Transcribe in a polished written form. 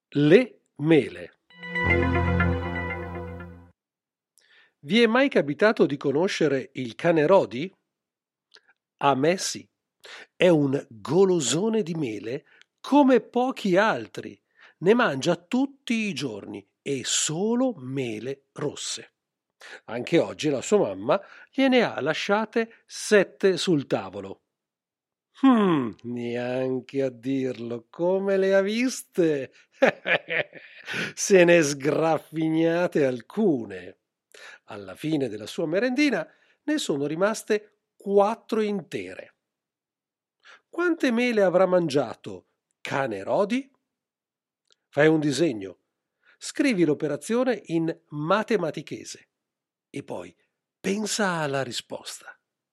Le mele. Vi è mai capitato di conoscere il cane Rodi? A me sì. È un golosone di mele come pochi altri. Ne mangia tutti i giorni e solo mele rosse. Anche oggi la sua mamma gliene ha lasciate 7 sul tavolo. Neanche a dirlo, come le ha viste? Se ne sgraffignate alcune. Alla fine della sua merendina ne sono rimaste 4 intere. Quante mele avrà mangiato cane Rodi? Fai un disegno, scrivi l'operazione in matematichese e poi pensa alla risposta.